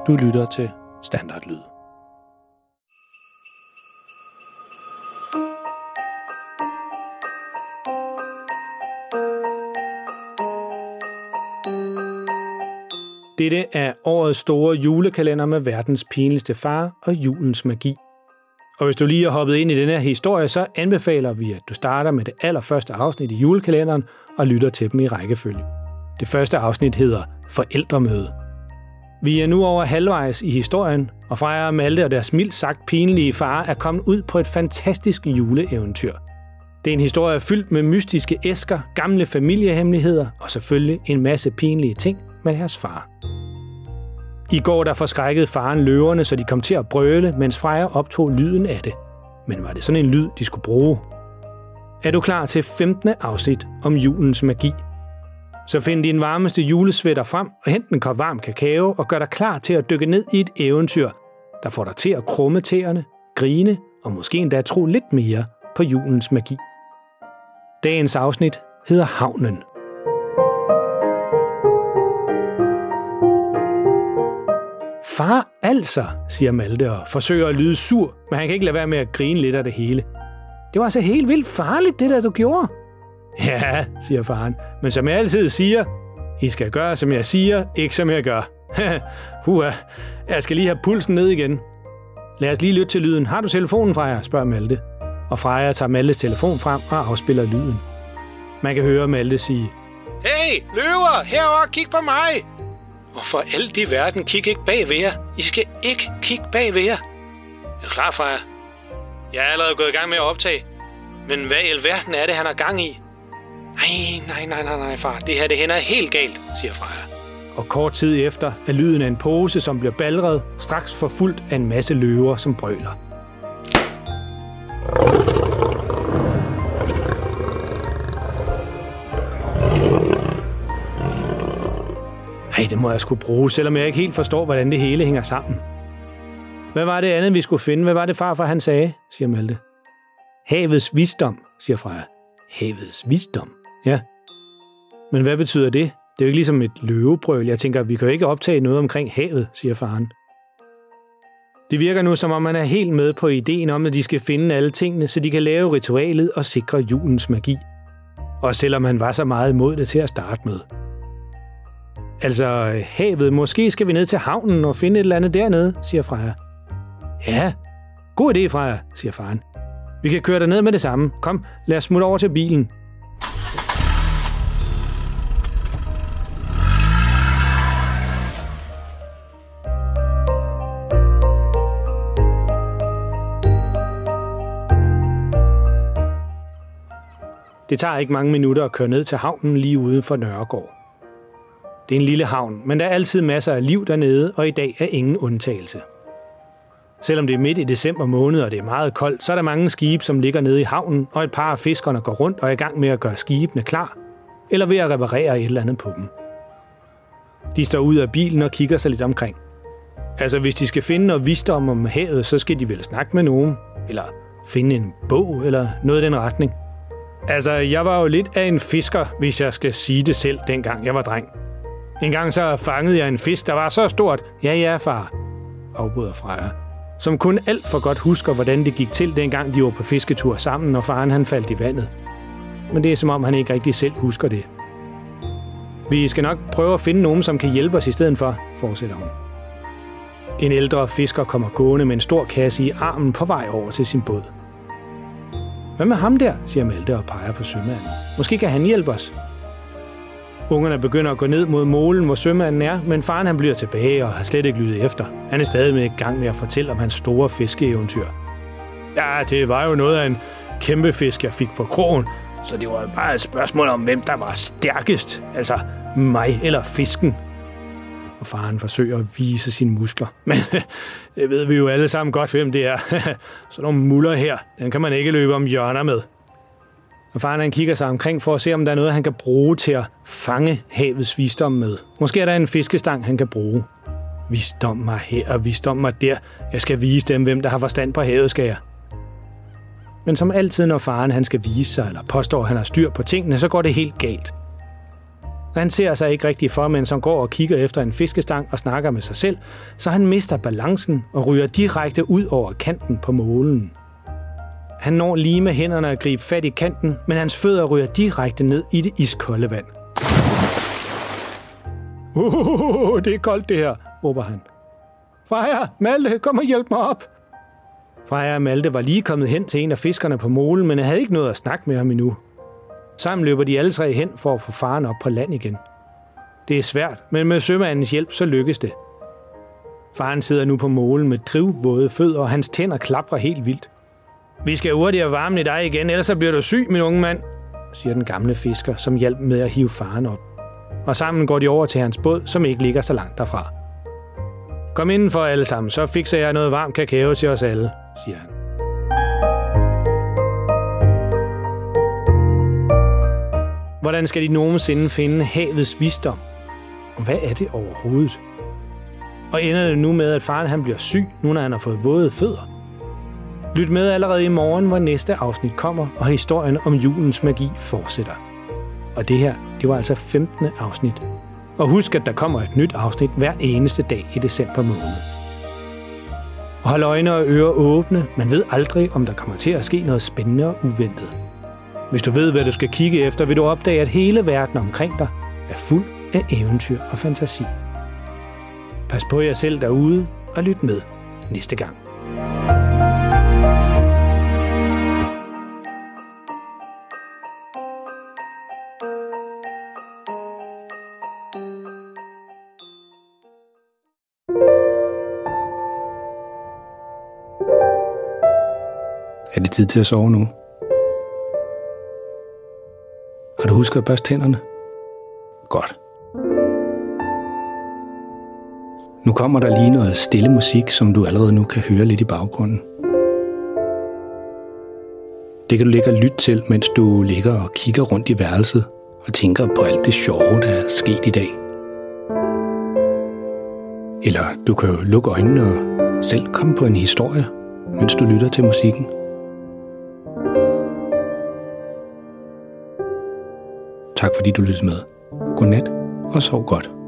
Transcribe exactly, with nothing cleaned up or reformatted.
Du lytter til Standardlyd. Dette er årets store julekalender med verdens pinligste far og julens magi. Og hvis du lige har hoppet ind i den her historie, så anbefaler vi, at du starter med det allerførste afsnit i julekalenderen og lytter til dem i rækkefølge. Det første afsnit hedder Forældremøde. Vi er nu over halvvejs i historien, og Freja og Malte og deres mildt sagt pinlige far er kommet ud på et fantastisk juleeventyr. Det er en historie fyldt med mystiske æsker, gamle familiehemmeligheder og selvfølgelig en masse pinlige ting med deres far. I går der forskrækkede faren løverne, så de kom til at brøle, mens Freja optog lyden af det. Men var det sådan en lyd, de skulle bruge? Er du klar til femtende afsnit om julens magi? Så find din varmeste julesvætter frem og hent en kop varm kakao og gør dig klar til at dykke ned i et eventyr, der får dig til at krumme tæerne, grine og måske endda tro lidt mere på julens magi. Dagens afsnit hedder Havnen. Far altså, siger Malte og forsøger at lyde sur, men han kan ikke lade være med at grine lidt af det hele. Det var altså helt vildt farligt, det der du gjorde. Ja, siger faren, men som jeg altid siger, I skal gøre, som jeg siger, ikke som jeg gør. Huha, jeg skal lige have pulsen ned igen. Lad os lige lytte til lyden. Har du telefonen, Freja? Spørger Malte. Og Freja tager Maltes telefon frem og afspiller lyden. Man kan høre Malte sige: Hey, løver, herovre, kig på mig! Og for alt i verden, kig ikke bag ved jer. I skal ikke kigge bag ved jer. Er du klar, Freja? Jeg er allerede gået i gang med at optage. Men hvad i alverden er det, han har gang i? Nej, nej, nej, nej, nej, far. Det her, det hænder helt galt, siger Freja. Og kort tid efter er lyden af en pose, som bliver balret, straks forfulgt af en masse løver, som brøler. Ej, det må jeg sgu bruge, selvom jeg ikke helt forstår, hvordan det hele hænger sammen. Hvad var det andet, vi skulle finde? Hvad var det, farfar han sagde, siger Malte. Havets visdom, siger Freja. Havets visdom? Ja. Men hvad betyder det? Det er jo ikke ligesom et løvebrøl. Jeg tænker, vi kan jo ikke optage noget omkring havet, siger faren. Det virker nu, som om man er helt med på ideen om, at de skal finde alle tingene, så de kan lave ritualet og sikre julens magi. Og selvom han var så meget imod det til at starte med. Altså, havet. Måske skal vi ned til havnen og finde et eller andet dernede, siger Freja. Ja, god idé, Freja, siger faren. Vi kan køre derned med det samme. Kom, lad os smutte over til bilen. Det tager ikke mange minutter at køre ned til havnen lige uden for Nørregård. Det er en lille havn, men der er altid masser af liv dernede, og i dag er ingen undtagelse. Selvom det er midt i december måned, og det er meget koldt, så er der mange skibe, som ligger nede i havnen, og et par af fiskerne går rundt og er i gang med at gøre skibene klar, eller ved at reparere et eller andet på dem. De står ud af bilen og kigger sig lidt omkring. Altså, hvis de skal finde noget visdom om havet, så skal de vel snakke med nogen, eller finde en bog, eller noget i den retning. Altså, jeg var jo lidt af en fisker, hvis jeg skal sige det selv, dengang jeg var dreng. En gang så fangede jeg en fisk, der var så stort. Ja, ja, far, afbryder Freja, som kun alt for godt husker, hvordan det gik til, dengang de var på fisketur sammen, når faren han faldt i vandet. Men det er som om, han ikke rigtig selv husker det. Vi skal nok prøve at finde nogen, som kan hjælpe os i stedet for, fortsætter hun. En ældre fisker kommer gående med en stor kasse i armen på vej over til sin båd. Hvad med ham der, siger Malte og peger på sømanden. Måske kan han hjælpe os. Ungerne begynder at gå ned mod molen, hvor sømanden er, men faren han bliver tilbage og har slet ikke lyttet efter. Han er stadig med i gang med at fortælle om hans store fiskeeventyr. Ja, det var jo noget af en kæmpe fisk, jeg fik på krogen, så det var bare et spørgsmål om, hvem der var stærkest. Altså mig eller fisken. Og faren forsøger at vise sine muskler. Men det ved vi jo alle sammen godt, hvem det er. Så nogle muller her, den kan man ikke løbe om hjørner med. Og faren han kigger sig omkring for at se, om der er noget, han kan bruge til at fange havets visdom med. Måske er der en fiskestang, han kan bruge. Visdom mig her og visdom mig der. Jeg skal vise dem, hvem der har forstand på havet, skal jeg. Men som altid, når faren han skal vise sig, eller påstår, at han har styr på tingene, så går det helt galt. Han ser sig ikke rigtig for, mens han går og kigger efter en fiskestang og snakker med sig selv, så han mister balancen og ryger direkte ud over kanten på molen. Han når lige med hænderne at gribe fat i kanten, men hans fødder ryger direkte ned i det iskolde vand. Uh, det er koldt det her, råber han. Freja, Malte, kom og hjælp mig op. Freja og Malte var lige kommet hen til en af fiskerne på molen, men havde ikke noget at snakke med ham endnu. Sammen løber de alle tre hen for at få faren op på land igen. Det er svært, men med sømandens hjælp så lykkes det. Faren sidder nu på molen med drivvåde fødder, og hans tænder klapper helt vildt. Vi skal hurtigere varme i dig igen, ellers så bliver du syg, min unge mand, siger den gamle fisker, som hjalp med at hive faren op. Og sammen går de over til hans båd, som ikke ligger så langt derfra. Kom indenfor alle sammen, så fikser jeg noget varm kakao til os alle, siger han. Hvordan skal de nogensinde finde havets visdom? Og hvad er det overhovedet? Og ender det nu med, at faren han bliver syg, nu når han har fået våde fødder? Lyt med allerede i morgen, hvor næste afsnit kommer, og historien om julens magi fortsætter. Og det her, det var altså femtende afsnit. Og husk, at der kommer et nyt afsnit hver eneste dag i december måned. Og hold øjne og ører åbne, man ved aldrig, om der kommer til at ske noget spændende og uventet. Hvis du ved, hvad du skal kigge efter, vil du opdage, at hele verden omkring dig er fuld af eventyr og fantasi. Pas på jer selv derude, og lyt med næste gang. Er det tid til at sove nu? Har du husket at børste tænderne? Godt. Nu kommer der lige noget stille musik, som du allerede nu kan høre lidt i baggrunden. Det kan du ligge og lytte til, mens du ligger og kigger rundt i værelset og tænker på alt det sjove, der er sket i dag. Eller du kan jo lukke øjnene og selv komme på en historie, mens du lytter til musikken. Tak fordi du lyttede med. Godnat og sov godt.